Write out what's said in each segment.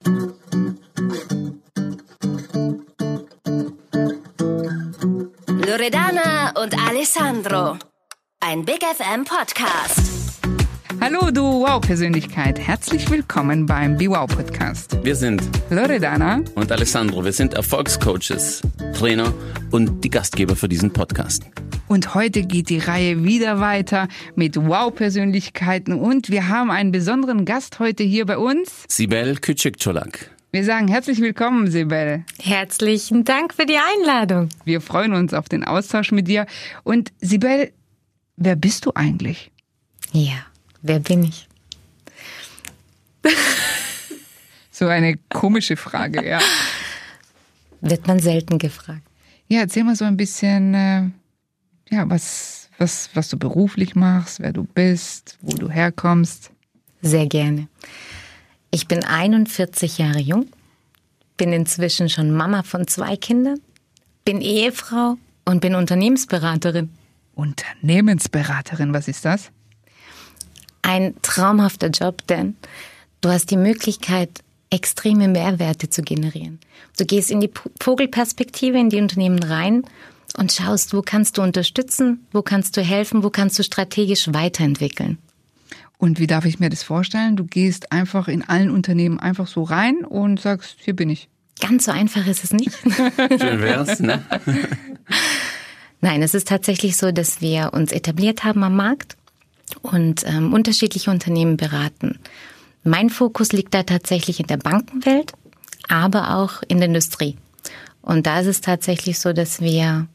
Loredana und Alessandro, ein Big FM Podcast. Hallo du Wow-Persönlichkeit, herzlich willkommen beim Be Wow Podcast. Wir sind Loredana und Alessandro, wir sind Erfolgscoaches, Trainer und die Gastgeber für diesen Podcast. Und heute geht die Reihe wieder weiter mit Wow-Persönlichkeiten und wir haben einen besonderen Gast heute hier bei uns. Sibel Küçükçolak. Wir sagen herzlich willkommen, Sibel. Herzlichen Dank für die Einladung. Wir freuen uns auf den Austausch mit dir. Und Sibel, wer bist du eigentlich? Ja, wer bin ich? So eine komische Frage, ja. Wird man selten gefragt. Ja, erzähl mal so ein bisschen, was du beruflich machst, wer du bist, wo du herkommst. Sehr gerne. Ich bin 41 Jahre jung, bin inzwischen schon Mama von 2 Kindern, bin Ehefrau und bin Unternehmensberaterin. Unternehmensberaterin, was ist das? Ein traumhafter Job, denn du hast die Möglichkeit, extreme Mehrwerte zu generieren. Du gehst in die Vogelperspektive in die Unternehmen rein und schaust, wo kannst du unterstützen, wo kannst du helfen, wo kannst du strategisch weiterentwickeln. Und wie darf ich mir das vorstellen? Du gehst einfach in allen Unternehmen einfach so rein und sagst, hier bin ich. Ganz so einfach ist es nicht. Schön wär's, ne? Nein, es ist tatsächlich so, dass wir uns etabliert haben am Markt und unterschiedliche Unternehmen beraten. Mein Fokus liegt da tatsächlich in der Bankenwelt, aber auch in der Industrie. Und da ist es tatsächlich so, dass wir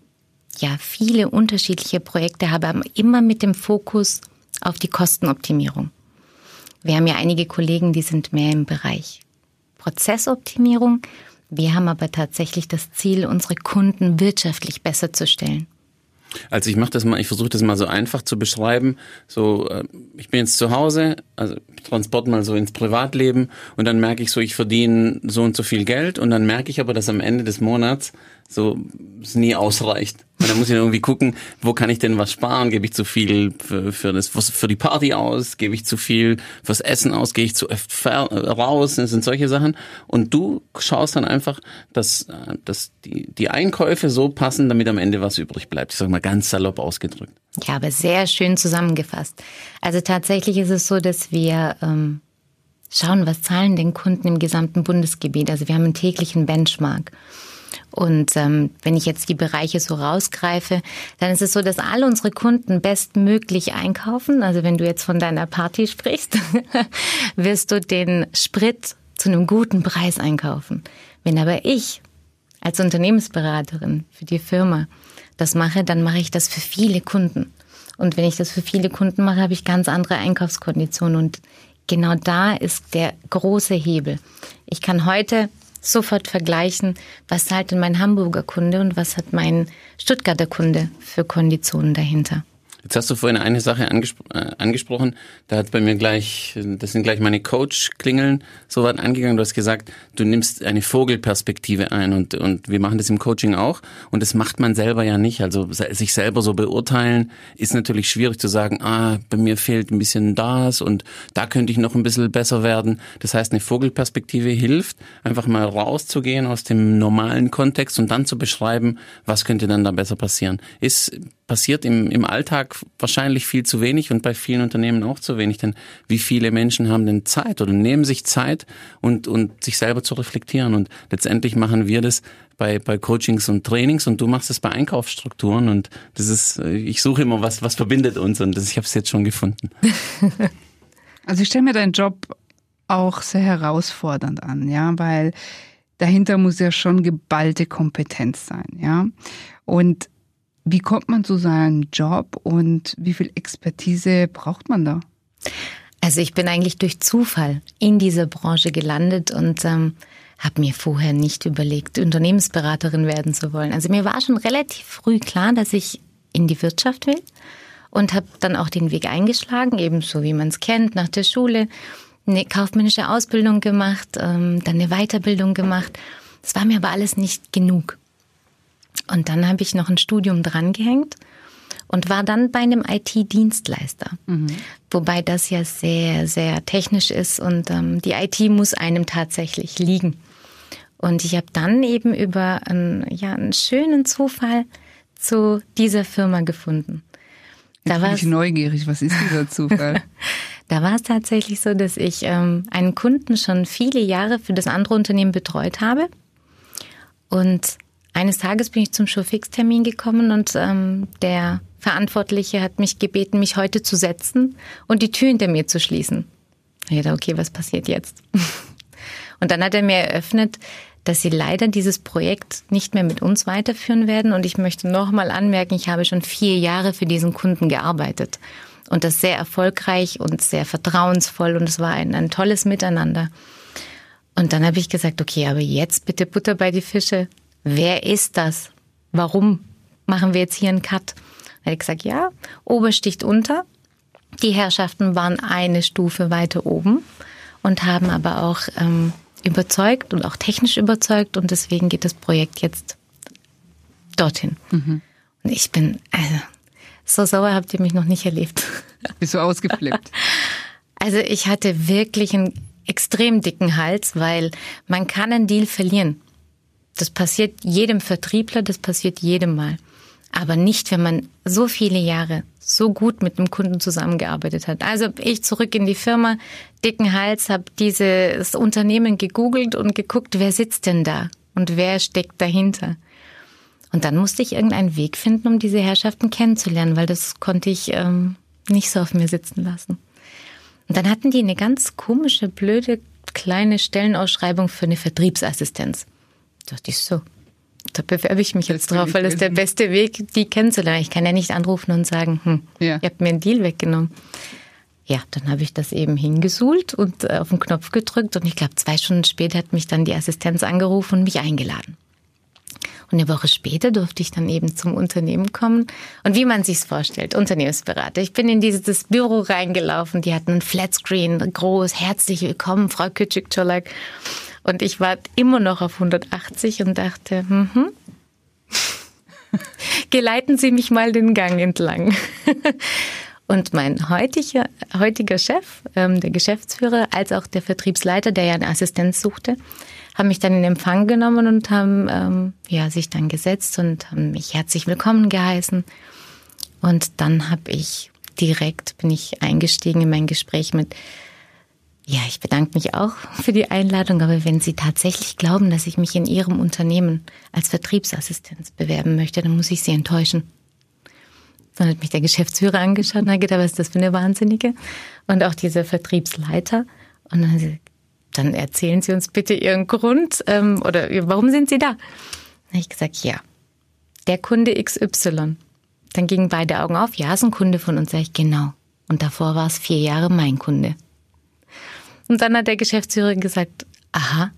viele unterschiedliche Projekte haben, aber immer mit dem Fokus auf die Kostenoptimierung. Wir haben ja einige Kollegen, die sind mehr im Bereich Prozessoptimierung. Wir haben aber tatsächlich das Ziel, unsere Kunden wirtschaftlich besser zu stellen. Also ich versuche das mal so einfach zu beschreiben. So, ich bin jetzt zu Hause, also Transport mal so ins Privatleben und dann merke ich so, ich verdiene so und so viel Geld und dann merke ich aber, dass am Ende des Monats so es nie ausreicht. Und dann muss ich irgendwie gucken, wo kann ich denn was sparen? Gebe ich zu viel für die Party aus? Gebe ich zu viel fürs Essen aus? Gehe ich zu oft raus? Das sind solche Sachen. Und du schaust dann einfach, dass die Einkäufe so passen, damit am Ende was übrig bleibt. Ich sage mal ganz salopp ausgedrückt. Ja, aber sehr schön zusammengefasst. Also tatsächlich ist es so, dass wir schauen, was zahlen denn Kunden im gesamten Bundesgebiet. Also wir haben einen täglichen Benchmark. Und wenn ich jetzt die Bereiche so rausgreife, dann ist es so, dass alle unsere Kunden bestmöglich einkaufen. Also wenn du jetzt von deiner Party sprichst, wirst du den Sprit zu einem guten Preis einkaufen. Wenn aber ich als Unternehmensberaterin für die Firma das mache, dann mache ich das für viele Kunden. Und wenn ich das für viele Kunden mache, habe ich ganz andere Einkaufskonditionen. Und genau da ist der große Hebel. Ich kann heute sofort vergleichen, was zahlt denn mein Hamburger Kunde und was hat mein Stuttgarter Kunde für Konditionen dahinter. Jetzt hast du vorhin eine Sache angesprochen, da hat bei mir das sind gleich meine Coach-Klingeln so weit angegangen. Du hast gesagt, du nimmst eine Vogelperspektive ein und wir machen das im Coaching auch und das macht man selber ja nicht. Also sich selber so beurteilen ist natürlich schwierig zu sagen, bei mir fehlt ein bisschen das und da könnte ich noch ein bisschen besser werden. Das heißt, eine Vogelperspektive hilft, einfach mal rauszugehen aus dem normalen Kontext und dann zu beschreiben, was könnte dann da besser passieren. Passiert im Alltag wahrscheinlich viel zu wenig und bei vielen Unternehmen auch zu wenig, denn wie viele Menschen haben denn Zeit oder nehmen sich Zeit und sich selber zu reflektieren und letztendlich machen wir das bei Coachings und Trainings und du machst es bei Einkaufsstrukturen und das ist, ich suche immer was verbindet uns und ich habe es jetzt schon gefunden. Also ich stelle mir deinen Job auch sehr herausfordernd an, ja, weil dahinter muss ja schon geballte Kompetenz sein, ja, und wie kommt man zu seinem Job und wie viel Expertise braucht man da? Also ich bin eigentlich durch Zufall in dieser Branche gelandet und habe mir vorher nicht überlegt, Unternehmensberaterin werden zu wollen. Also mir war schon relativ früh klar, dass ich in die Wirtschaft will und habe dann auch den Weg eingeschlagen, ebenso wie man es kennt, nach der Schule eine kaufmännische Ausbildung gemacht, dann eine Weiterbildung gemacht. Das war mir aber alles nicht genug. Und dann habe ich noch ein Studium drangehängt und war dann bei einem IT-Dienstleister. Wobei das ja sehr, sehr technisch ist und die IT muss einem tatsächlich liegen. Und ich habe dann eben über einen schönen Zufall zu dieser Firma gefunden. Jetzt bin ich neugierig, was ist dieser Zufall? Da war es tatsächlich so, dass ich einen Kunden schon viele Jahre für das andere Unternehmen betreut habe. Und eines Tages bin ich zum Showfix-Termin gekommen und der Verantwortliche hat mich gebeten, mich heute zu setzen und die Tür hinter mir zu schließen. Ich dachte, okay, was passiert jetzt? Und dann hat er mir eröffnet, dass sie leider dieses Projekt nicht mehr mit uns weiterführen werden. Und ich möchte nochmal anmerken, ich habe schon 4 Jahre für diesen Kunden gearbeitet. Und das sehr erfolgreich und sehr vertrauensvoll. Und es war ein tolles Miteinander. Und dann habe ich gesagt, okay, aber jetzt bitte Butter bei die Fische. Wer ist das? Warum machen wir jetzt hier einen Cut? Dann habe ich gesagt, ja, Ober sticht unter. Die Herrschaften waren eine Stufe weiter oben und haben aber auch überzeugt und auch technisch überzeugt. Und deswegen geht das Projekt jetzt dorthin. Und ich bin, so sauer habt ihr mich noch nicht erlebt. Bist du ausgeflippt? Also ich hatte wirklich einen extrem dicken Hals, weil man kann einen Deal verlieren. Das passiert jedem Vertriebler, das passiert jedem Mal. Aber nicht, wenn man so viele Jahre so gut mit dem Kunden zusammengearbeitet hat. Also ich zurück in die Firma, dicken Hals, habe dieses Unternehmen gegoogelt und geguckt, wer sitzt denn da und wer steckt dahinter. Und dann musste ich irgendeinen Weg finden, um diese Herrschaften kennenzulernen, weil das konnte ich nicht so auf mir sitzen lassen. Und dann hatten die eine ganz komische, blöde, kleine Stellenausschreibung für eine Vertriebsassistenz. Da dachte ich so, da bewerbe ich mich jetzt drauf, weil das ist der beste Weg, die kennenzulernen. Ich kann ja nicht anrufen und sagen, ihr habt mir einen Deal weggenommen. Ja, dann habe ich das eben hingesuhlt und auf den Knopf gedrückt und ich glaube 2 Stunden später hat mich dann die Assistenz angerufen und mich eingeladen. Und eine Woche später durfte ich dann eben zum Unternehmen kommen. Und wie man sich's vorstellt, Unternehmensberater. Ich bin in dieses Büro reingelaufen, die hatten einen Flatscreen, groß, herzlich willkommen, Frau Küçük-Çolak. Und ich war immer noch auf 180 und dachte, geleiten Sie mich mal den Gang entlang. Und mein heutiger Chef, der Geschäftsführer, als auch der Vertriebsleiter, der ja eine Assistenz suchte, haben mich dann in Empfang genommen und haben sich dann gesetzt und haben mich herzlich willkommen geheißen. Und dann bin ich eingestiegen in mein Gespräch mit, ja, ich bedanke mich auch für die Einladung, aber wenn Sie tatsächlich glauben, dass ich mich in Ihrem Unternehmen als Vertriebsassistenz bewerben möchte, dann muss ich Sie enttäuschen. Dann hat mich der Geschäftsführer angeschaut und hat gedacht, was ist das für eine Wahnsinnige? Und auch dieser Vertriebsleiter. Und dann hat sie gesagt, dann erzählen Sie uns bitte Ihren Grund oder warum sind Sie da? Dann habe ich gesagt, ja, der Kunde XY. Dann gingen beide Augen auf, ja, ist ein Kunde von uns. Sag ich, genau. Und davor war es 4 Jahre mein Kunde. Und dann hat der Geschäftsführer gesagt, aha.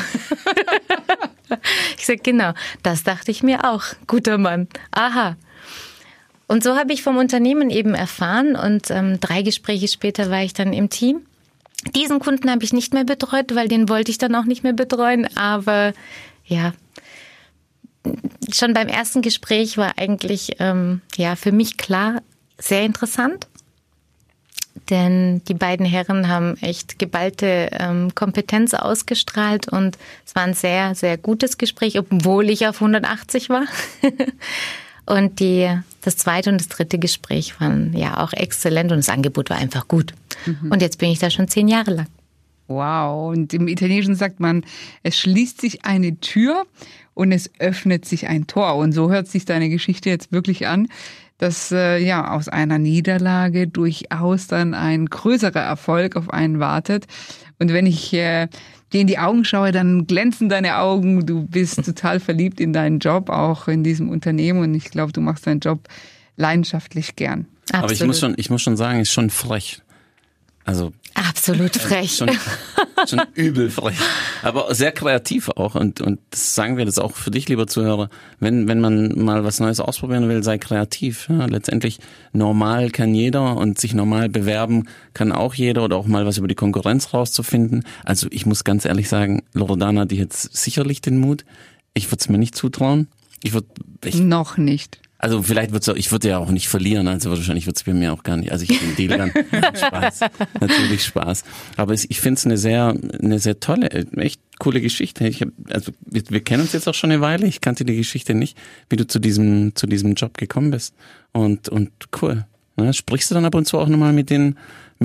Ich sage, genau, das dachte ich mir auch. Guter Mann, aha. Und so habe ich vom Unternehmen eben erfahren und 3 Gespräche später war ich dann im Team. Diesen Kunden habe ich nicht mehr betreut, weil den wollte ich dann auch nicht mehr betreuen. Aber ja, schon beim ersten Gespräch war eigentlich für mich klar, sehr interessant. Denn die beiden Herren haben echt geballte Kompetenz ausgestrahlt und es war ein sehr, sehr gutes Gespräch, obwohl ich auf 180 war. Und das 2. und das 3. Gespräch waren ja auch exzellent und das Angebot war einfach gut. Und jetzt bin ich da schon 10 Jahre lang. Wow, und im Italienischen sagt man, es schließt sich eine Tür und es öffnet sich ein Tor. Und so hört sich deine Geschichte jetzt wirklich an, dass aus einer Niederlage durchaus dann ein größerer Erfolg auf einen wartet. Und wenn ich dir in die Augen schaue, dann glänzen deine Augen. Du bist total verliebt in deinen Job, auch in diesem Unternehmen. Und ich glaube, du machst deinen Job leidenschaftlich gern. Absolut. Aber ich muss schon sagen, ist schon frech. Also absolut frech. Schon übel frech. Aber sehr kreativ auch. Und das sagen wir das auch für dich, lieber Zuhörer. Wenn man mal was Neues ausprobieren will, sei kreativ. Ja, letztendlich normal kann jeder und sich normal bewerben kann auch jeder oder auch mal was über die Konkurrenz rauszufinden. Also ich muss ganz ehrlich sagen, Loredana, die hat sicherlich den Mut. Ich würde es mir nicht zutrauen. Noch nicht. Also vielleicht ich würde ja auch nicht verlieren, also wahrscheinlich wird es bei mir auch gar nicht. Also ich den Deal dann Spaß, natürlich Spaß. Aber ich finde es eine sehr tolle, echt coole Geschichte. Wir kennen uns jetzt auch schon eine Weile. Ich kannte die Geschichte nicht, wie du zu diesem Job gekommen bist. Und cool. Ja, sprichst du dann ab und zu auch nochmal mit dem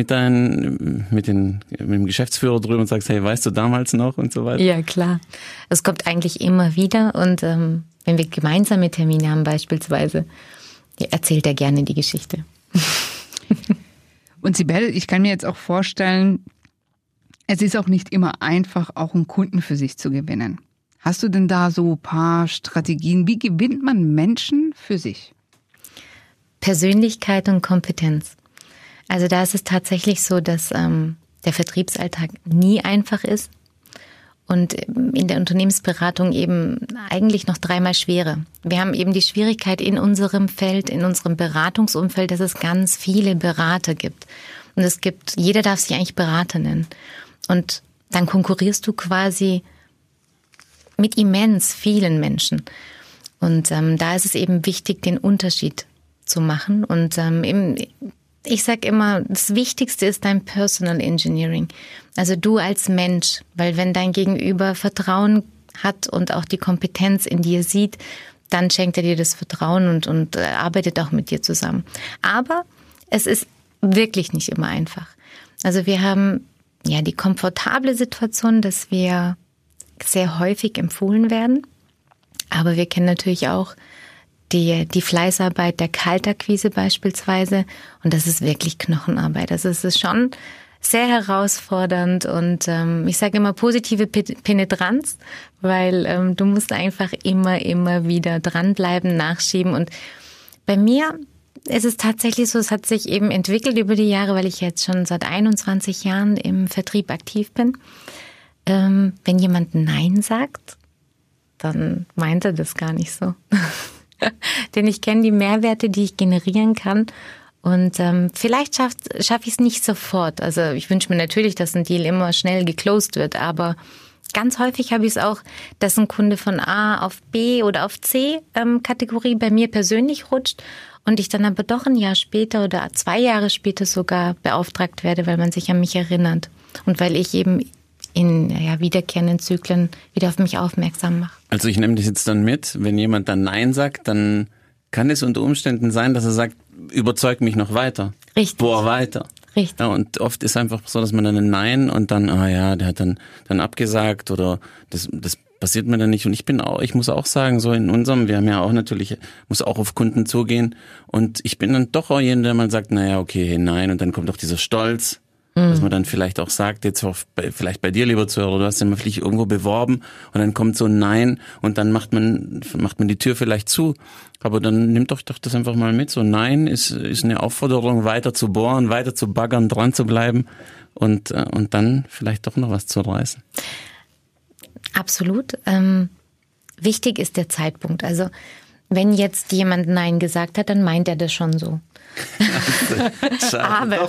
Geschäftsführer drüber und sagst, hey, weißt du damals noch und so weiter? Ja, klar. Es kommt eigentlich immer wieder und wenn wir gemeinsame Termine haben beispielsweise, erzählt er gerne die Geschichte. Und Sibel, ich kann mir jetzt auch vorstellen, es ist auch nicht immer einfach, auch einen Kunden für sich zu gewinnen. Hast du denn da so ein paar Strategien? Wie gewinnt man Menschen für sich? Persönlichkeit und Kompetenz. Also da ist es tatsächlich so, dass der Vertriebsalltag nie einfach ist und in der Unternehmensberatung eben eigentlich noch 3-mal schwerer. Wir haben eben die Schwierigkeit in unserem Feld, in unserem Beratungsumfeld, dass es ganz viele Berater gibt. Und jeder darf sich eigentlich Berater nennen. Und dann konkurrierst du quasi mit immens vielen Menschen. Und da ist es eben wichtig, den Unterschied zu machen. Und ich sage immer, das Wichtigste ist dein Personal Engineering. Also du als Mensch, weil wenn dein Gegenüber Vertrauen hat und auch die Kompetenz in dir sieht, dann schenkt er dir das Vertrauen und arbeitet auch mit dir zusammen. Aber es ist wirklich nicht immer einfach. Also wir haben ja die komfortable Situation, dass wir sehr häufig empfohlen werden. Aber wir kennen natürlich auch die Fleißarbeit der Kaltakquise beispielsweise. Und das ist wirklich Knochenarbeit. Also es ist schon sehr herausfordernd und ich sage immer positive Penetranz, weil du musst einfach immer wieder dranbleiben, nachschieben. Und bei mir ist es tatsächlich so, es hat sich eben entwickelt über die Jahre, weil ich jetzt schon seit 21 Jahren im Vertrieb aktiv bin. Wenn jemand Nein sagt, dann meint er das gar nicht so. Denn ich kenne die Mehrwerte, die ich generieren kann. Und vielleicht schaffe ich es nicht sofort. Also ich wünsche mir natürlich, dass ein Deal immer schnell geclosed wird. Aber ganz häufig habe ich es auch, dass ein Kunde von A auf B oder auf C Kategorie bei mir persönlich rutscht. Und ich dann aber doch ein Jahr später oder 2 Jahre später sogar beauftragt werde, weil man sich an mich erinnert. Und weil ich eben in wiederkehrenden Zyklen wieder auf mich aufmerksam mache. Also ich nehme das jetzt dann mit, wenn jemand dann Nein sagt, dann kann es unter Umständen sein, dass er sagt, überzeug mich noch weiter. Richtig. Boah, weiter. Richtig. Ja, und oft ist einfach so, dass man dann ein Nein und dann, der hat dann abgesagt oder das passiert mir dann nicht. Und ich muss auch sagen, so wir haben ja auch natürlich, muss auch auf Kunden zugehen und ich bin dann doch auch jemand, der mal sagt, okay, nein, und dann kommt auch dieser Stolz. Dass man dann vielleicht auch sagt, jetzt auch vielleicht bei dir, lieber Zuhörer, du hast ja mal vielleicht irgendwo beworben und dann kommt so ein Nein und dann macht man die Tür vielleicht zu. Aber dann nimmt doch das einfach mal mit. So ein Nein ist eine Aufforderung, weiter zu bohren, weiter zu baggern, dran zu bleiben und dann vielleicht doch noch was zu reißen. Absolut. Wichtig ist der Zeitpunkt. Also wenn jetzt jemand Nein gesagt hat, dann meint er das schon so. Aber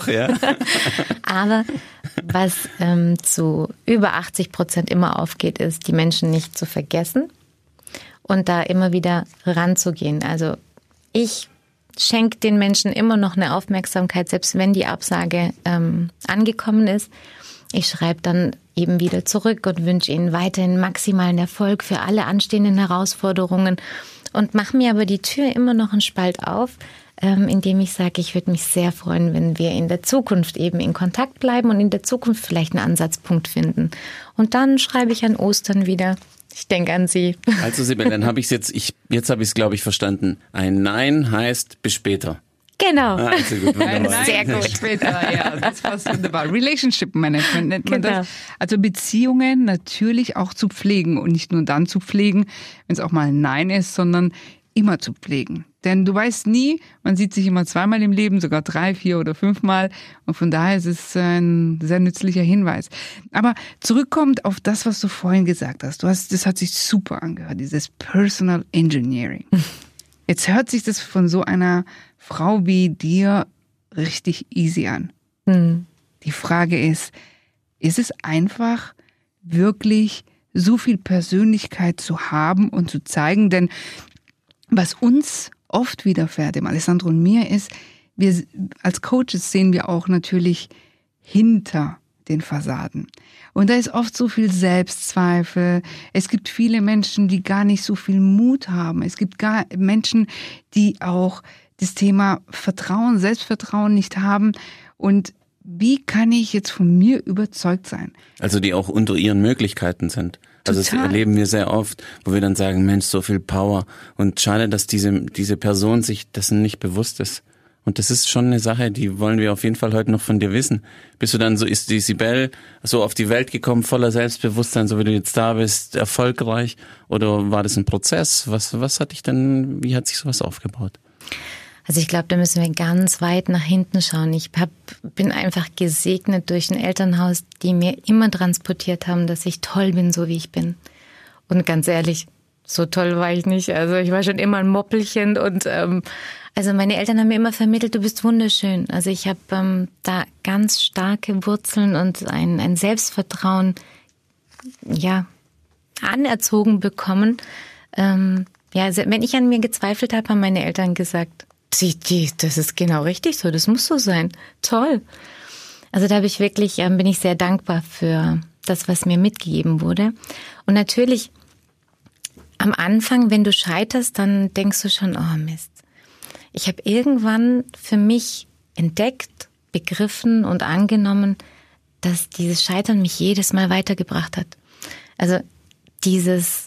was zu über 80% immer aufgeht, ist, die Menschen nicht zu vergessen und da immer wieder ranzugehen. Also ich schenke den Menschen immer noch eine Aufmerksamkeit, selbst wenn die Absage angekommen ist. Ich schreibe dann eben wieder zurück und wünsche ihnen weiterhin maximalen Erfolg für alle anstehenden Herausforderungen und mache mir aber die Tür immer noch einen Spalt auf, indem ich sage, ich würde mich sehr freuen, wenn wir in der Zukunft eben in Kontakt bleiben und in der Zukunft vielleicht einen Ansatzpunkt finden. Und dann schreibe ich an Ostern wieder, ich denke an Sie. Also Sibel, dann habe ich es jetzt habe ich es, glaube ich, verstanden. Ein Nein heißt bis später. Genau. Also gut, wunderbar. Sehr gut. Später, ja, das ist fast wunderbar. Relationship Management nennt man das. Also Beziehungen natürlich auch zu pflegen und nicht nur dann zu pflegen, wenn es auch mal ein Nein ist, sondern immer zu pflegen. Denn du weißt nie, man sieht sich immer 2-mal im Leben, sogar 3, 4 oder 5-mal. Und von daher ist es ein sehr nützlicher Hinweis. Aber zurückkommend auf das, was du vorhin gesagt hast. Das hat sich super angehört, dieses Personal Engineering. Jetzt hört sich das von so einer Frau wie dir richtig easy an. Die Frage ist es einfach wirklich so viel Persönlichkeit zu haben und zu zeigen? Denn was uns oft widerfährt, dem Alessandro und mir, ist, wir als Coaches sehen wir auch natürlich hinter den Fassaden. Und da ist oft so viel Selbstzweifel. Es gibt viele Menschen, die gar nicht so viel Mut haben. Es gibt Menschen, die auch das Thema Vertrauen, Selbstvertrauen nicht haben. Und wie kann ich jetzt von mir überzeugt sein? Also die auch unter ihren Möglichkeiten sind. Also das erleben wir sehr oft, wo wir dann sagen, Mensch, so viel Power. Und schade, dass diese Person sich dessen nicht bewusst ist. Und das ist schon eine Sache, die wollen wir auf jeden Fall heute noch von dir wissen. Bist du dann so, ist die Sibel so auf die Welt gekommen, voller Selbstbewusstsein, so wie du jetzt da bist, erfolgreich? Oder war das ein Prozess? Was hat dich denn, wie hat sich sowas aufgebaut? Also ich glaube, da müssen wir ganz weit nach hinten schauen. Ich bin einfach gesegnet durch ein Elternhaus, die mir immer transportiert haben, dass ich toll bin, so wie ich bin. Und ganz ehrlich, so toll war ich nicht. Also ich war schon immer ein Moppelchen und also meine Eltern haben mir immer vermittelt, du bist wunderschön. Also ich habe da ganz starke Wurzeln und ein Selbstvertrauen anerzogen bekommen. Also wenn ich an mir gezweifelt habe, haben meine Eltern gesagt, das ist genau richtig so, das muss so sein. Toll. Also da bin ich sehr dankbar für das, was mir mitgegeben wurde. Und natürlich am Anfang, wenn du scheiterst, dann denkst du schon, oh Mist. Ich habe irgendwann für mich entdeckt, begriffen und angenommen, dass dieses Scheitern mich jedes Mal weitergebracht hat. Also dieses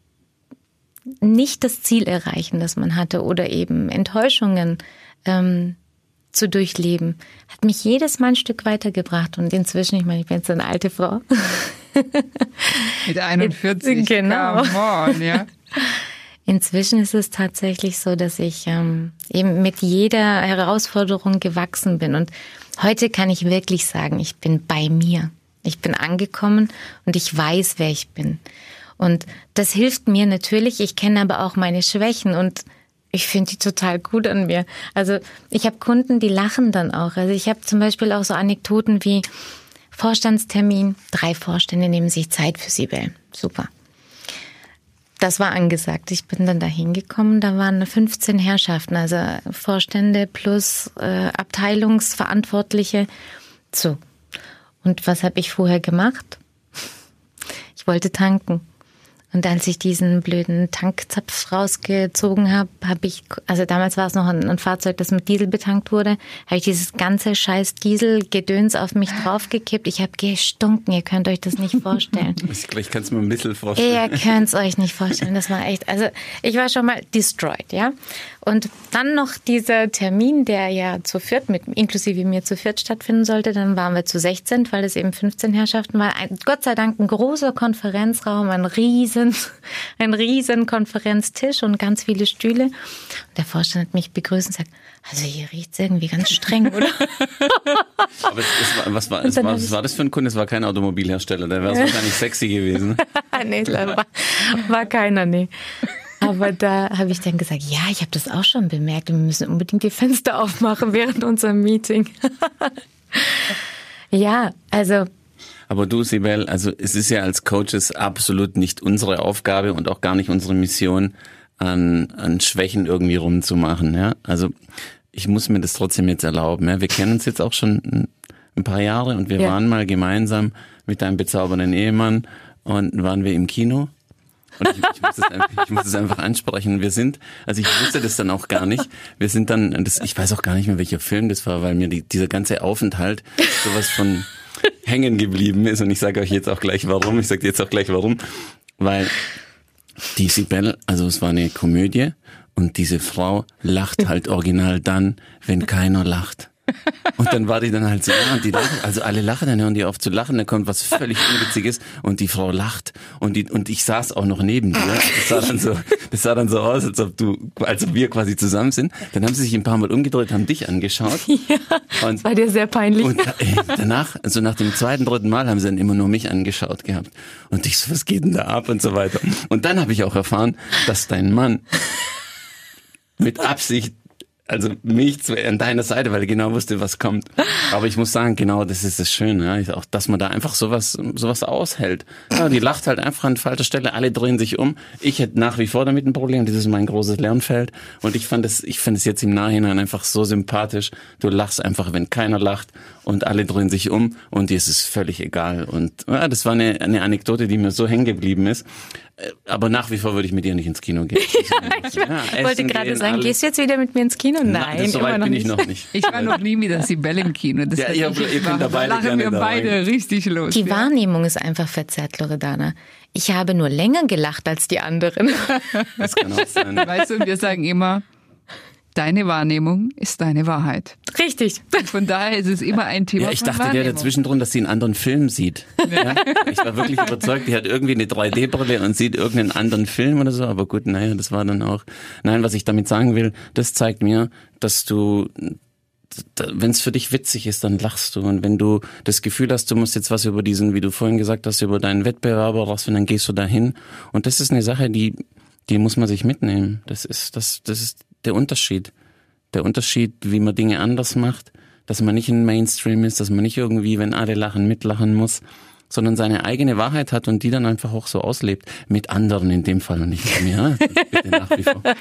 nicht das Ziel erreichen, das man hatte, oder eben Enttäuschungen zu durchleben, hat mich jedes Mal ein Stück weitergebracht. Und inzwischen, ich meine, ich bin jetzt eine alte Frau. Mit 41, genau. Come on, ja. Inzwischen ist es tatsächlich so, dass ich eben mit jeder Herausforderung gewachsen bin. Und heute kann ich wirklich sagen, ich bin bei mir. Ich bin angekommen und ich weiß, wer ich bin. Und das hilft mir natürlich. Ich kenne aber auch meine Schwächen und ich finde die total gut an mir. Also ich habe Kunden, die lachen dann auch. Also ich habe zum Beispiel auch so Anekdoten wie Vorstandstermin. 3 Vorstände nehmen sich Zeit für Sibel. Super. Das war angesagt. Ich bin dann da hingekommen, da waren 15 Herrschaften, also Vorstände plus Abteilungsverantwortliche. So. Und was habe ich vorher gemacht? Ich wollte tanken. Und als ich diesen blöden Tankzapf rausgezogen habe, also damals war es noch ein Fahrzeug, das mit Diesel betankt wurde, habe ich dieses ganze scheiß Dieselgedöns auf mich draufgekippt. Ich habe gestunken, ihr könnt euch das nicht vorstellen. Ich kann es mir ein bisschen vorstellen. Ihr könnt es euch nicht vorstellen, das war echt, also ich war schon mal destroyed, ja. Und dann noch dieser Termin, der ja zu viert, inklusive mir zu viert stattfinden sollte, dann waren wir zu 16, weil es eben 15 Herrschaften war. Gott sei Dank ein großer Konferenzraum, ein riesen Konferenztisch und ganz viele Stühle. Und der Vorstand hat mich begrüßt und sagt, also hier riecht's irgendwie ganz streng, oder? Aber was war das für ein Kunde? Es war kein Automobilhersteller, der wäre wahrscheinlich sexy gewesen. Nee, war keiner, nee. Aber da habe ich dann gesagt, ja, ich habe das auch schon bemerkt. Wir müssen unbedingt die Fenster aufmachen während unserem Meeting. Ja, also. Aber du, Sibel, also es ist ja als Coaches absolut nicht unsere Aufgabe und auch gar nicht unsere Mission, an Schwächen irgendwie rumzumachen. Ja? Also ich muss mir das trotzdem jetzt erlauben. Ja? Wir kennen uns jetzt auch schon ein paar Jahre und wir waren mal gemeinsam mit deinem bezaubernden Ehemann und waren wir im Kino. Und ich muss es einfach ansprechen. Also ich wusste das dann auch gar nicht. Wir sind dann, ich weiß auch gar nicht mehr, welcher Film das war, weil mir dieser ganze Aufenthalt sowas von hängen geblieben ist. Und ich sage euch jetzt auch gleich warum. Weil die Sibel, also es war eine Komödie und diese Frau lacht halt original dann, wenn keiner lacht. Und dann war die dann halt so, ja, und die lachen, also alle lachen, dann hören die auf zu lachen, dann kommt was völlig Unwitziges und die Frau lacht und ich saß auch noch neben dir. Das sah dann so aus, als ob wir quasi zusammen sind. Dann haben sie sich ein paar Mal umgedreht, haben dich angeschaut. Ja, das war dir sehr peinlich. Und danach, also nach dem 2., 3. Mal haben sie dann immer nur mich angeschaut gehabt. Und ich so, was geht denn da ab und so weiter. Und dann habe ich auch erfahren, dass dein Mann mit Absicht also mich an deiner Seite, weil ich genau wusste, was kommt. Aber ich muss sagen, genau, das ist das Schöne, ja, auch, dass man da einfach sowas aushält. Ja, die lacht halt einfach an falscher Stelle, alle drehen sich um. Ich hätte nach wie vor damit ein Problem, das ist mein großes Lernfeld. Und ich finde es jetzt im Nachhinein einfach so sympathisch. Du lachst einfach, wenn keiner lacht und alle drehen sich um und dir ist es völlig egal. Und ja, das war eine Anekdote, die mir so hängen geblieben ist. Aber nach wie vor würde ich mit dir nicht ins Kino gehen. Ich wollte gerade sagen, gehst du jetzt wieder mit mir ins Kino? Nein, so weit bin ich noch nicht. Ich war noch nie mit der Sibel im Kino. Das ja, ihr könnt da beide lachen wir beide richtig los. Die Wahrnehmung ist einfach verzerrt, Loredana. Ich habe nur länger gelacht als die anderen. Das kann auch sein. Weißt du, wir sagen immer, deine Wahrnehmung ist deine Wahrheit. Richtig. Und von daher ist es immer ein Thema. Ja, ich dachte, der dazwischen drin, dass sie einen anderen Film sieht. Ja? Ich war wirklich überzeugt, die hat irgendwie eine 3D-Brille und sieht irgendeinen anderen Film oder so. Aber gut, naja, das war dann auch. Nein, was ich damit sagen will, das zeigt mir, dass du, wenn es für dich witzig ist, dann lachst du. Und wenn du das Gefühl hast, du musst jetzt was über diesen, wie du vorhin gesagt hast, über deinen Wettbewerber rausfinden, dann gehst du dahin. Und das ist eine Sache, die muss man sich mitnehmen. Das ist der Unterschied. Der Unterschied, wie man Dinge anders macht, dass man nicht ein Mainstream ist, dass man nicht irgendwie, wenn alle lachen, mitlachen muss, sondern seine eigene Wahrheit hat und die dann einfach auch so auslebt. Mit anderen in dem Fall und nicht mit mir. Bitte nach wie vor.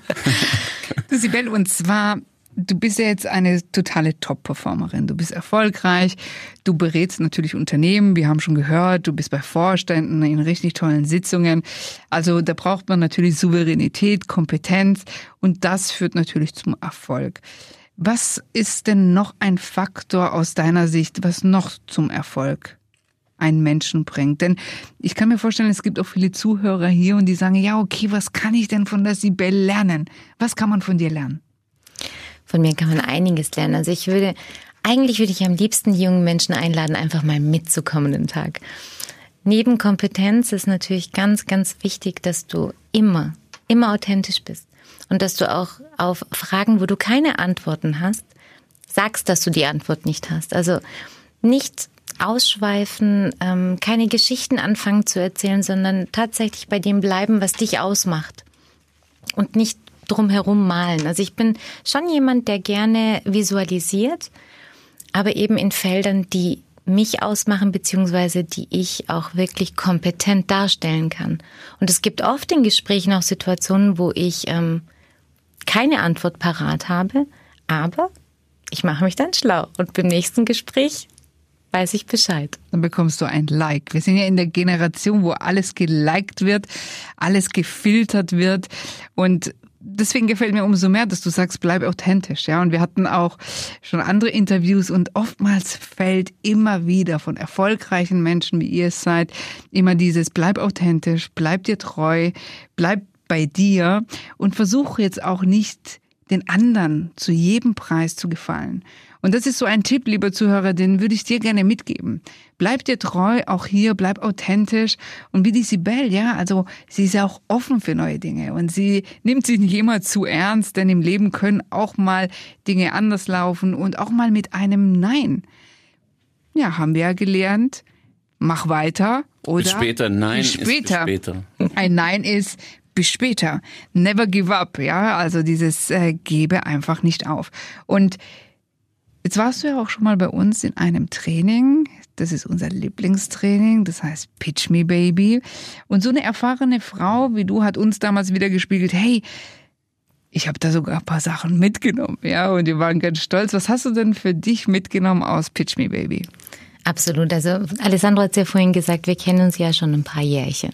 Du, Sibel, und zwar, du bist ja jetzt eine totale Top-Performerin. Du bist erfolgreich, du berätst natürlich Unternehmen, wir haben schon gehört, du bist bei Vorständen in richtig tollen Sitzungen. Also da braucht man natürlich Souveränität, Kompetenz und das führt natürlich zum Erfolg. Was ist denn noch ein Faktor aus deiner Sicht, was noch zum Erfolg einen Menschen bringt? Denn ich kann mir vorstellen, es gibt auch viele Zuhörer hier und die sagen, ja okay, was kann ich denn von der Sibel lernen? Was kann man von dir lernen? Von mir kann man einiges lernen. Also eigentlich würde ich am liebsten die jungen Menschen einladen, einfach mal mitzukommen den Tag. Neben Kompetenz ist natürlich ganz, ganz wichtig, dass du immer authentisch bist. Und dass du auch auf Fragen, wo du keine Antworten hast, sagst, dass du die Antwort nicht hast. Also nicht ausschweifen, keine Geschichten anfangen zu erzählen, sondern tatsächlich bei dem bleiben, was dich ausmacht. Und nicht drumherum malen. Also ich bin schon jemand, der gerne visualisiert, aber eben in Feldern, die mich ausmachen, beziehungsweise die ich auch wirklich kompetent darstellen kann. Und es gibt oft in Gesprächen auch Situationen, wo ich keine Antwort parat habe, aber ich mache mich dann schlau und beim nächsten Gespräch weiß ich Bescheid. Dann bekommst du ein Like. Wir sind ja in der Generation, wo alles geliked wird, alles gefiltert wird und deswegen gefällt mir umso mehr, dass du sagst, bleib authentisch, ja. Und wir hatten auch schon andere Interviews und oftmals fällt immer wieder von erfolgreichen Menschen, wie ihr es seid, immer dieses, bleib authentisch, bleib dir treu, bleib bei dir und versuche jetzt auch nicht den anderen zu jedem Preis zu gefallen. Und das ist so ein Tipp, lieber Zuhörer, den würde ich dir gerne mitgeben. Bleib dir treu, auch hier, bleib authentisch. Und wie die Sibel, ja, also sie ist ja auch offen für neue Dinge und sie nimmt sich nicht immer zu ernst, denn im Leben können auch mal Dinge anders laufen und auch mal mit einem Nein. Ja, haben wir ja gelernt, mach weiter oder bis später, Nein bis später. Ist bis später. Ein Nein ist bis später. Never give up, ja, also dieses gebe einfach nicht auf. Und jetzt warst du ja auch schon mal bei uns in einem Training. Das ist unser Lieblingstraining. Das heißt Pitch Me Baby. Und so eine erfahrene Frau wie du hat uns damals wieder gespiegelt, hey, ich habe da sogar ein paar Sachen mitgenommen. Ja, und wir waren ganz stolz. Was hast du denn für dich mitgenommen aus Pitch Me Baby? Absolut. Also Alessandro hat es ja vorhin gesagt, wir kennen uns ja schon ein paar Jährchen.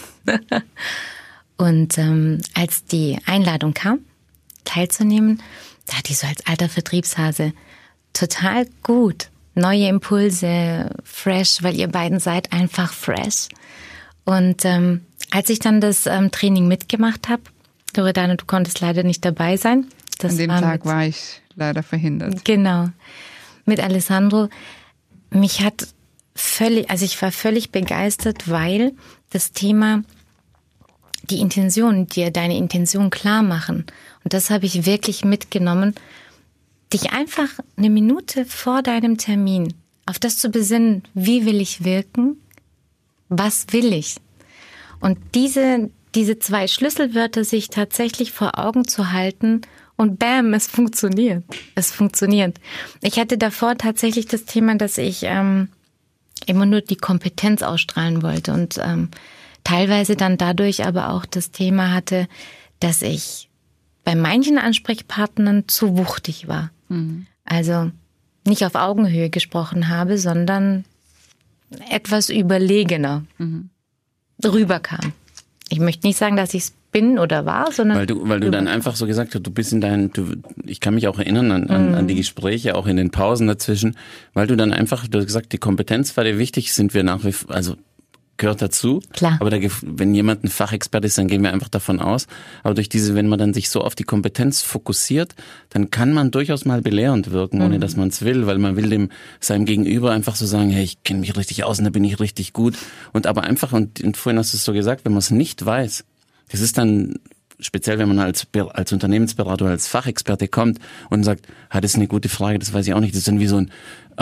Und als die Einladung kam, teilzunehmen, da hatte ich so als alter Vertriebshase total gut. Neue Impulse, fresh, weil ihr beiden seid einfach fresh. Und als ich dann das Training mitgemacht habe, Loredana, du konntest leider nicht dabei sein. An dem Tag war ich leider verhindert. Genau. Mit Alessandro. Ich war völlig begeistert, weil das Thema die Intention, dir deine Intention klar machen. Und das habe ich wirklich mitgenommen, dich einfach eine Minute vor deinem Termin auf das zu besinnen, wie will ich wirken, was will ich? Und diese zwei Schlüsselwörter sich tatsächlich vor Augen zu halten und bam, es funktioniert. Es funktioniert. Ich hatte davor tatsächlich das Thema, dass ich immer nur die Kompetenz ausstrahlen wollte und teilweise dann dadurch aber auch das Thema hatte, dass ich bei manchen Ansprechpartnern zu wuchtig war. Also nicht auf Augenhöhe gesprochen habe, sondern etwas überlegener rüberkam. Ich möchte nicht sagen, dass ich es bin oder war, sondern weil du dann einfach so gesagt hast, du bist ich kann mich auch erinnern an die Gespräche, auch in den Pausen dazwischen, weil du dann einfach, du hast gesagt, die Kompetenz war dir wichtig, sind wir nach wie vor, also gehört dazu. Klar. Aber wenn jemand ein Fachexperte ist, dann gehen wir einfach davon aus. Aber durch wenn man dann sich so auf die Kompetenz fokussiert, dann kann man durchaus mal belehrend wirken, ohne dass man es will, weil man will seinem Gegenüber einfach so sagen, hey, ich kenne mich richtig aus und da bin ich richtig gut. Und aber einfach, und vorhin hast du es so gesagt, wenn man es nicht weiß, das ist dann speziell, wenn man als Unternehmensberater oder als Fachexperte kommt und sagt, das ist eine gute Frage, das weiß ich auch nicht, das ist dann wie so ein,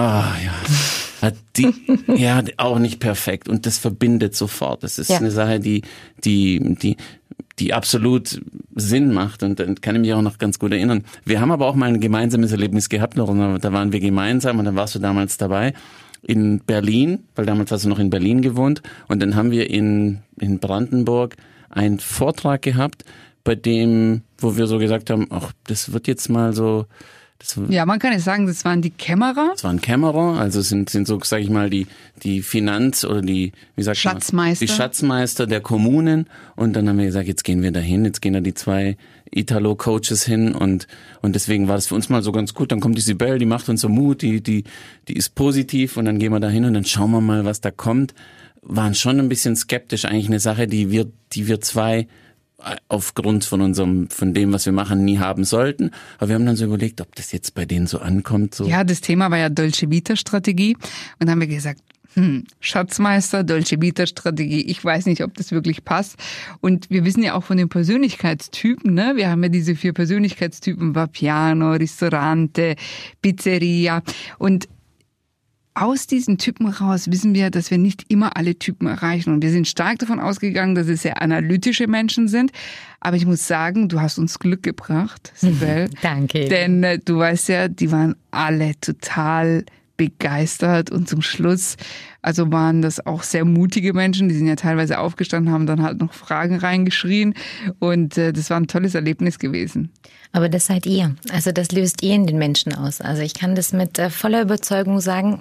auch nicht perfekt und das verbindet sofort. Das ist eine Sache, die absolut Sinn macht und dann kann ich mich auch noch ganz gut erinnern. Wir haben aber auch mal ein gemeinsames Erlebnis gehabt, da waren wir gemeinsam und dann warst du damals dabei in Berlin, weil damals hast du noch in Berlin gewohnt und dann haben wir in Brandenburg einen Vortrag gehabt, wo wir so gesagt haben, das wird jetzt mal so. Ja, man kann nicht sagen, das waren die Kämmerer. Das waren Kämmerer, also sind so, sag ich mal, die Finanz- oder die Schatzmeister. Die Schatzmeister der Kommunen. Und dann haben wir gesagt, jetzt gehen wir da hin, jetzt gehen da die 2 Italo-Coaches hin und deswegen war das für uns mal so ganz gut. Dann kommt die Sibel, die macht uns so Mut, die ist positiv und dann gehen wir da hin und dann schauen wir mal, was da kommt. Waren schon ein bisschen skeptisch, eigentlich eine Sache, die wir 2 aufgrund von dem, was wir machen, nie haben sollten. Aber wir haben dann so überlegt, ob das jetzt bei denen so ankommt. So. Ja, das Thema war ja Dolce Vita Strategie. Und dann haben wir gesagt, Schatzmeister, Dolce Vita Strategie, ich weiß nicht, ob das wirklich passt. Und wir wissen ja auch von den Persönlichkeitstypen, ne? Wir haben ja diese 4 Persönlichkeitstypen, Vapiano, Ristorante, Pizzeria. Und aus diesen Typen raus wissen wir, dass wir nicht immer alle Typen erreichen. Und wir sind stark davon ausgegangen, dass es sehr analytische Menschen sind. Aber ich muss sagen, du hast uns Glück gebracht, Sibel. Danke. Denn du weißt ja, die waren alle total begeistert. Und zum Schluss, also waren das auch sehr mutige Menschen. Die sind ja teilweise aufgestanden, haben dann halt noch Fragen reingeschrien. Und das war ein tolles Erlebnis gewesen. Aber das seid ihr. Also das löst ihr in den Menschen aus. Also ich kann das mit voller Überzeugung sagen,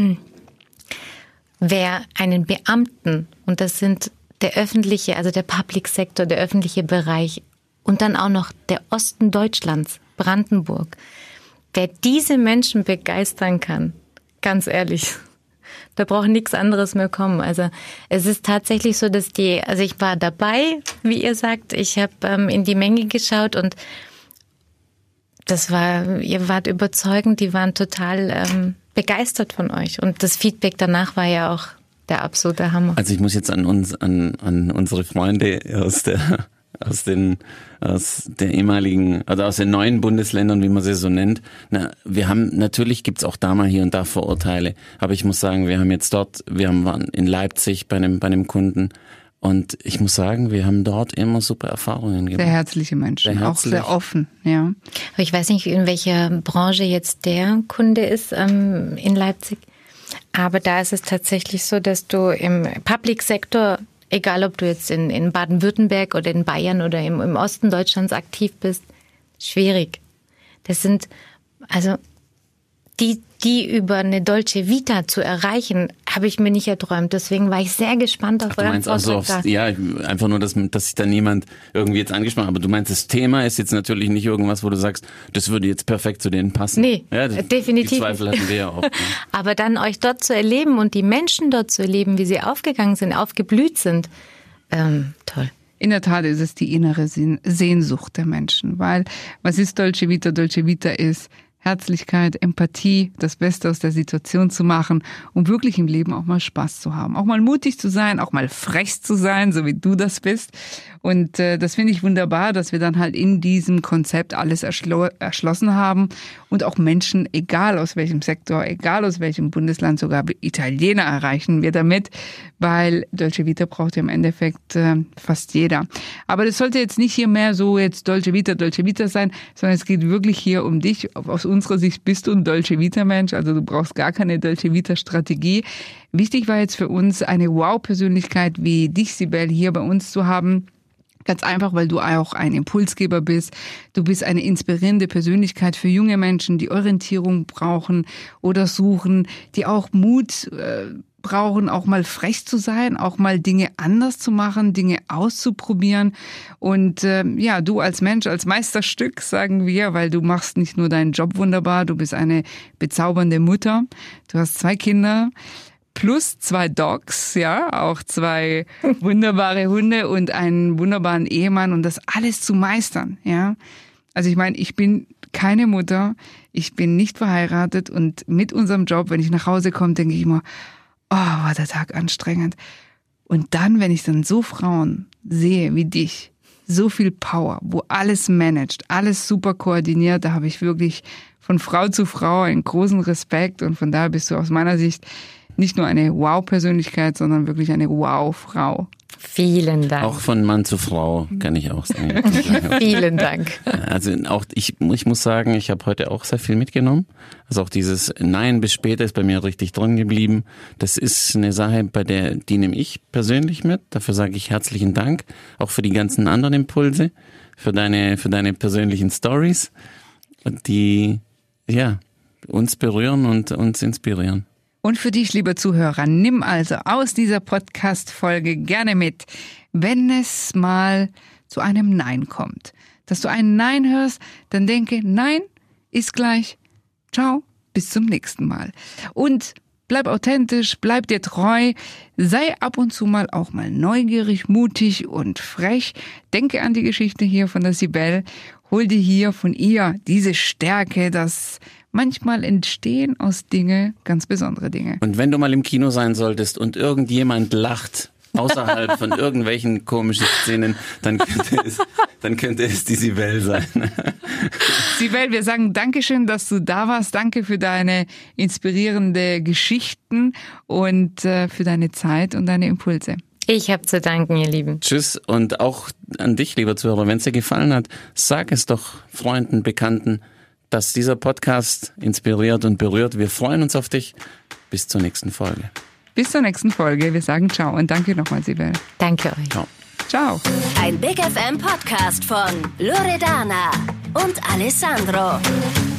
wer einen Beamten, und das sind der öffentliche, also der Public Sector, der öffentliche Bereich und dann auch noch der Osten Deutschlands, Brandenburg, wer diese Menschen begeistern kann, ganz ehrlich, da braucht nichts anderes mehr kommen. Also es ist tatsächlich so, dass also ich war dabei, wie ihr sagt, ich habe in die Menge geschaut und ihr wart überzeugend, die waren total begeistert von euch. Und das Feedback danach war ja auch der absolute Hammer. Also ich muss jetzt an unsere Freunde aus den ehemaligen, also aus den neuen Bundesländern, wie man sie so nennt. Natürlich gibt's auch da mal hier und da Vorurteile. Aber ich muss sagen, wir waren in Leipzig bei einem Kunden. Und ich muss sagen, wir haben dort immer super Erfahrungen gemacht. Sehr herzliche Menschen, auch sehr offen, ja. Aber ich weiß nicht, in welcher Branche jetzt der Kunde ist in Leipzig. Aber da ist es tatsächlich so, dass du im Public Sector, egal ob du jetzt in Baden-Württemberg oder in Bayern oder im Osten Deutschlands aktiv bist, schwierig. Das sind, also die über eine Dolce Vita zu erreichen, habe ich mir nicht erträumt. Deswegen war ich sehr gespannt auf euren Vortrag. Ja, einfach nur, dass sich da niemand irgendwie jetzt angesprochen hat. Aber du meinst, das Thema ist jetzt natürlich nicht irgendwas, wo du sagst, das würde jetzt perfekt zu denen passen. Nee, ja, definitiv. Die Zweifel hatten wir ja auch. Ja. Aber dann euch dort zu erleben und die Menschen dort zu erleben, wie sie aufgegangen sind, aufgeblüht sind, toll. In der Tat ist es die innere Sehnsucht der Menschen. Weil, was ist Dolce Vita? Dolce Vita ist Herzlichkeit, Empathie, das Beste aus der Situation zu machen, um wirklich im Leben auch mal Spaß zu haben. Auch mal mutig zu sein, auch mal frech zu sein, so wie du das bist. Und das finde ich wunderbar, dass wir dann halt in diesem Konzept alles erschlossen haben und auch Menschen, egal aus welchem Sektor, egal aus welchem Bundesland, sogar Italiener erreichen wir damit, weil Dolce Vita braucht ja im Endeffekt fast jeder. Aber das sollte jetzt nicht hier mehr so jetzt Dolce Vita sein, sondern es geht wirklich hier um dich. Aus unserer Sicht bist du ein Dolce Vita Mensch, also du brauchst gar keine Dolce Vita Strategie. Wichtig war jetzt für uns eine Wow-Persönlichkeit wie dich, Sibel, hier bei uns zu haben. Ganz einfach, weil du auch ein Impulsgeber bist. Du bist eine inspirierende Persönlichkeit für junge Menschen, die Orientierung brauchen oder suchen, die auch Mut brauchen, auch mal frech zu sein, auch mal Dinge anders zu machen, Dinge auszuprobieren. Und du als Mensch, als Meisterstück, sagen wir, weil du machst nicht nur deinen Job wunderbar, du bist eine bezaubernde Mutter. Du hast 2 Kinder. Plus 2 Dogs, ja, auch 2 wunderbare Hunde und einen wunderbaren Ehemann und das alles zu meistern, ja. Also ich meine, ich bin keine Mutter, ich bin nicht verheiratet und mit unserem Job, wenn ich nach Hause komme, denke ich immer, oh, war der Tag anstrengend. Und dann, wenn ich dann so Frauen sehe wie dich, so viel Power, wo alles managt, alles super koordiniert, da habe ich wirklich von Frau zu Frau einen großen Respekt und von daher bist du aus meiner Sicht nicht nur eine Wow-Persönlichkeit, sondern wirklich eine Wow-Frau. Vielen Dank. Auch von Mann zu Frau, kann ich auch sagen. Vielen Dank. Also auch ich muss sagen, ich habe heute auch sehr viel mitgenommen. Also auch dieses Nein bis später ist bei mir richtig drin geblieben. Das ist eine Sache, die nehme ich persönlich mit. Dafür sage ich herzlichen Dank. Auch für die ganzen anderen Impulse, für deine persönlichen Stories, die uns berühren und uns inspirieren. Und für dich, lieber Zuhörer, nimm also aus dieser Podcast-Folge gerne mit, wenn es mal zu einem Nein kommt. Dass du ein Nein hörst, dann denke, Nein ist gleich ciao, bis zum nächsten Mal. Und bleib authentisch, bleib dir treu, sei ab und zu mal auch mal neugierig, mutig und frech. Denke an die Geschichte hier von der Sibel, hol dir hier von ihr diese Stärke, dass manchmal entstehen aus Dinge ganz besondere Dinge. Und wenn du mal im Kino sein solltest und irgendjemand lacht außerhalb von irgendwelchen komischen Szenen, dann könnte es die Sibel sein. Sibel, wir sagen Dankeschön, dass du da warst. Danke für deine inspirierende Geschichten und für deine Zeit und deine Impulse. Ich habe zu danken, ihr Lieben. Tschüss und auch an dich, lieber Zuhörer, wenn es dir gefallen hat, sag es doch Freunden, Bekannten, dass dieser Podcast inspiriert und berührt. Wir freuen uns auf dich. Bis zur nächsten Folge. Bis zur nächsten Folge. Wir sagen ciao und danke nochmal, Sibel. Danke euch. Ciao. Ciao. Ein Big FM Podcast von Loredana und Alessandro.